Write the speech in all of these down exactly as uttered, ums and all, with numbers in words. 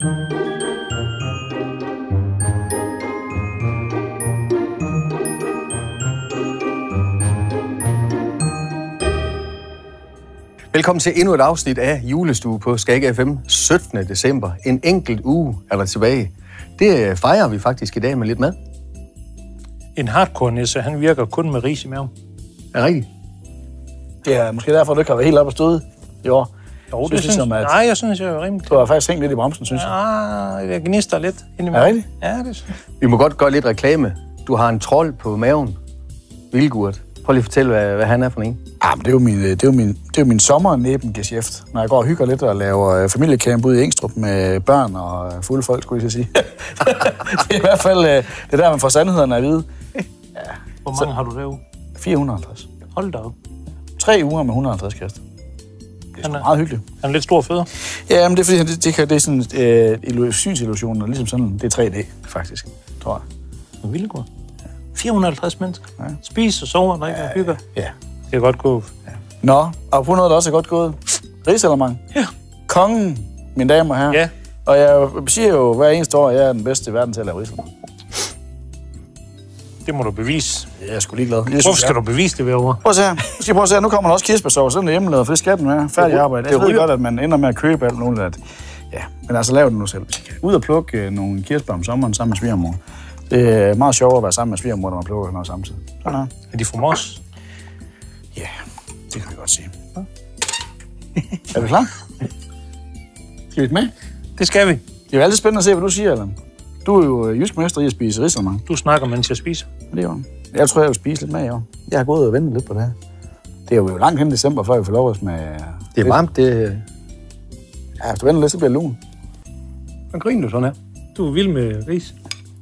Velkommen til endnu et afsnit af Julestue på Skag F M syttende december. En enkelt uge er der tilbage. Det fejrer vi faktisk i dag med lidt mad. En hardcore-nisse, han virker kun med ris i maven. Er det rigtigt? Det er måske derfor, du ikke har været helt op og støde i år. Jo, det synes jeg. Nej, jeg synes, jeg er rimelig. Du har faktisk hængt lidt i bremsen, synes jeg. Ja, jeg gnister lidt indimellem. Er det rigtigt? Ja, det synes jeg. Vi må godt gøre lidt reklame. Du har en trold på maven. Vildgurt. Prøv lige at fortælle, hvad, hvad han er for en. Ah, men det er jo min, det er jo min, det er jo min sommernebengeschæft, når jeg går og hygger lidt og laver familiecamp ude i Engstrup med børn og fulde folk, skulle jeg sige. Det er i hvert fald det er der, man får sandhederne at vide. Ja. Hvor mange så, har du derude? fire hundrede og halvtreds. Hold da op. Tre uger med et hundrede og halvtreds kast. Det er, er meget hyggeligt. Han er lidt stor fødder. Ja, men det er fordi, det, det, det er sådan øh, synsillusioner, ligesom sådan, det er tre D, faktisk, tror jeg. Det er vildt godt. fire hundrede og halvtreds mennesker. Ja. Spiser, sover, drikker og hygger. Ja. Det er godt gået. Ja. Nå, og på noget, der også er godt gået. Rigsalermang. Ja. Kongen, mine damer og herrer. Ja. Og jeg siger jo hver eneste år, at jeg er den bedste i verden til at lave rigsalermang. Det må du bevise. Jeg er sgu ligeglad. Hvorfor skal du bevise det ved over? Prøv at se her. Jeg skal prøve at se her. Nu kommer der også kirsebærsovs. Den er hjemmelavet, for det skal den være. Færdig arbejde. Jeg ved godt, at man ender med at købe alt muligt. At... Ja, men altså lav den nu selv. Ud og plukke nogle kirsebær om sommeren sammen med svigermor. Det er meget sjovere at være sammen med svigermor, når man plukker noget samtidig. Sådan her. Er de fra Mors? Ja, det kan vi godt sige. Ja. Er vi klar? Skal vi med? Det skal vi. Det er jo altid spændende at se, hvad du siger, Allan. Du er jo jysk mester i at spise rigsalermang. Du snakker, mens jeg spiser. Det er jo. Jeg tror, jeg vil spise lidt med i år. Jeg har gået og ventet lidt på det her. Det er jo langt hen i december, før vi får lov at med... Det er varmt, det... Ja, hvis du venter lidt, så bliver det lun. Hvad griner du sådan her? Du er vild med ris.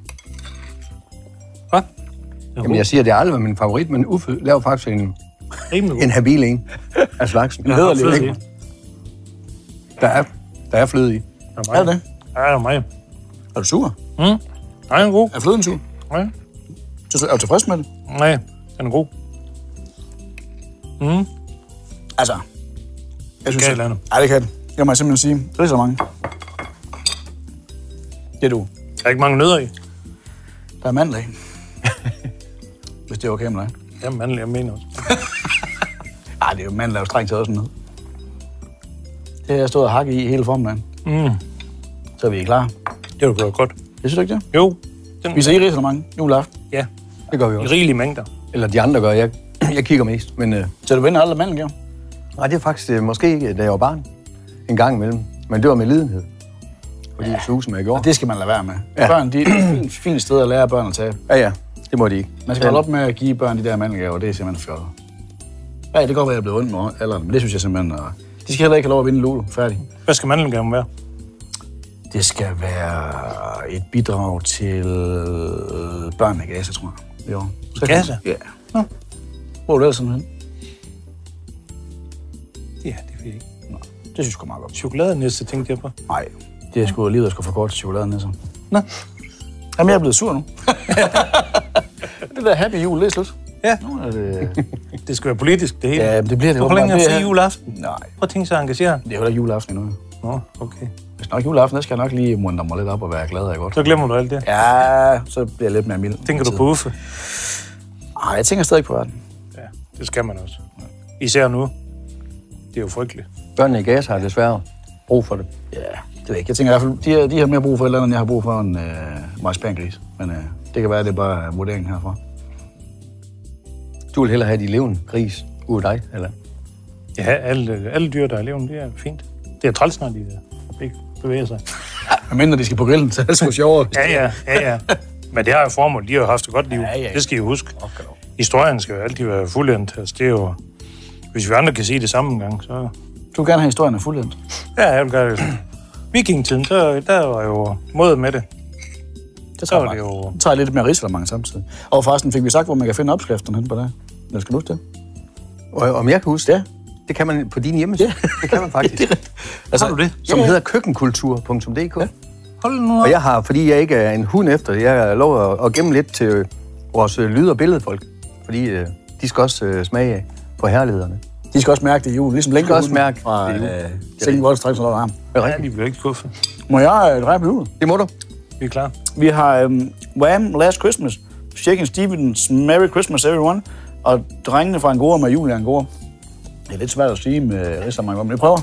Hvad? Jamen, jeg siger, det er aldrig min favorit, men Uffe laver faktisk en, en habil en af slagsen. En hederlig, ikke? Der er, der er fløde i. Er, er det? Ja, det er mig. Er du sur? Mm. Nej, den er god. Er fløden sur? Nej. Er du tilfreds med det? Nej, den er god. Mm. Altså, jeg synes... Kan det? Nej, det kan det. Jeg må simpelthen sige, rigsalermang. Det er du. Der er ikke mange nødder i. Der er mandler i. Hvis det er okay med dig. Ja, mandler, jeg mener også. Ej, det er jo mandler, der er jo strengt taget sådan noget. Det har jeg stået og hakket i hele formiddagen. Mm. Så er vi klar. Det er jo godt. Det synes du ikke det? Jo. Den... Vi ser i rigsalermang juleaften. Ja, det gør vi også. I rigelige mængder. Eller de andre gør. Jeg, jeg kigger mest, men... Uh... Så du vinder aldrig mandelgaver? Nej, det er faktisk uh, måske ikke, da jeg var barn. En gang imellem. Men det var med lidenhed. Fordi ja. Susen jeg gjorde. Og det skal man lade være med. Ja. Børn, de er et fint sted at lære børn at tage. Ja, ja. Det må de ikke. Man skal holde op med at give børn de der mandelgaver, det er simpelthen fjollet. Ja, det kan godt være, at jeg er blevet ondt med alderen, men det synes jeg simpelthen... Og de skal heller ikke have lov at vinde Lulu. Færdig. Hvad skal mandelgaven være? Det skal være et bidrag til børnene i Gaza, tror jeg. Jo. I Gaza? Ja. Nå. Hvor er du ellers sådan? Ja, det ved jeg ikke. Nå, det synes jeg sgu meget godt. Chokoladenisse, tænkte jeg på. Nej, det er sgu livet, der skulle for kort til chokoladenisse. Nå. Jamen, jeg er blevet sur nu. Det der happy jul, det er slut. Ja. Nu er det... det skal være politisk, det hele. Ja, det bliver det. Hvor længe er det juleaften? Nej. Prøv at tænke sig at engagere. Det er jo da juleaften endnu. Nå, okay. Hvis nok juleaften, så skal jeg nok lige muntre mig lidt op og være glad og godt. Så glemmer du alt det? Ja, så bliver jeg lidt mere mild. Tænker du på Uffe? Nej, jeg tænker stadig på verden. Ja, det skal man også. Især nu. Det er jo frygteligt. Børnene i Gaza har desværre brug for det. Ja, det ved jeg ikke. Jeg tænker i hvert fald, de har, de har mere brug for et eller andet, end jeg har brug for en øh, marcipangris. Men øh, det kan være, at det er bare vurderingen herfra. Du vil hellere have de levende gris ud af dig, eller? Ja, alle, alle dyr, der er levende, det er fint. Det er træls, når de ikke bevæger sig. Ja, mindre de skal på grillen, så er det sgu sjovere. Ja, ja, ja, ja. Men det har jo formål. De har jo haft et godt liv. Ja, ja, ja. Det skal I huske. Okay. Historien skal jo altid være fuldendt. Altså, det er jo... Hvis vi andre kan sige det samme en gang, så... Du vil gerne have historien af fuldendt? Ja, jeg vil gerne det. Vikingetiden, der, der var jo måde med det. Det så var det jo... Det tager lidt mere rigsalermang samtidig. Og forresten fik vi sagt, hvor man kan finde opskriften hen på det. Eller skal du huske det? Og om jeg kan huske det? Det kan man på din hjemmeside. Ja. Det kan man faktisk. det altså, har du det? Som ja, ja. hedder køkkenkultur punktum d k. Ja. Hold nu op. Og jeg har, fordi jeg ikke er en hund efter, jeg har lov at, at gemme lidt til vores lyd- og billedfolk. Fordi øh, de skal også øh, smage af på herlighederne. De skal også mærke det i jul, ligesom længe også mærke fra øh, Sengen Volds tre hundrede arm. Ja, de bliver ikke skuffet. Må jeg øh, dreje på julen? Det må du. Vi er klar. Vi har um, Wham! Last Christmas, Shakin' Stevens Merry Christmas Everyone, og Drengene fra Angora med Julie Angora. Det er lidt svært at sige med Rigsdagen, men jeg prøver.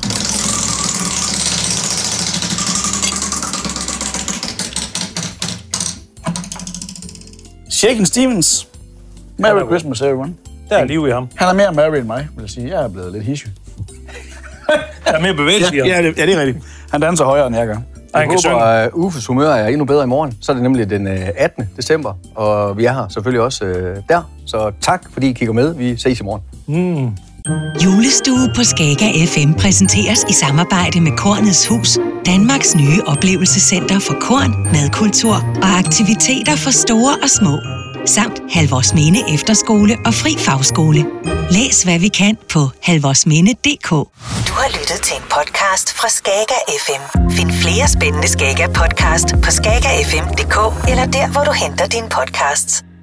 Shakin' Stevens Merry Christmas Everyone. Der er liv i ham. Han er mere Merry end mig, vil jeg sige. Jeg er blevet lidt hissy. Der er mere bevægelse i ham. Ja, det, ja, det er rigtigt. Han danser højere, end jeg gør. Jeg håber, at Uffes humør er endnu bedre i morgen. Så er det nemlig den attende december, og vi er her selvfølgelig også øh, der. Så tak, fordi I kigger med. Vi ses i morgen. Mm. Julestue på Skaga F M præsenteres i samarbejde med Kornets Hus, Danmarks nye oplevelsescenter for korn, madkultur og aktiviteter for store og små. Samt Halvorsminde Efterskole og Fri Fagskole. Læs hvad vi kan på halvorsminde punktum d k. Du har lyttet til en podcast fra Skaga F M. Find flere spændende Skaga podcast på skaga f m punktum d k eller der, hvor du henter dine podcasts.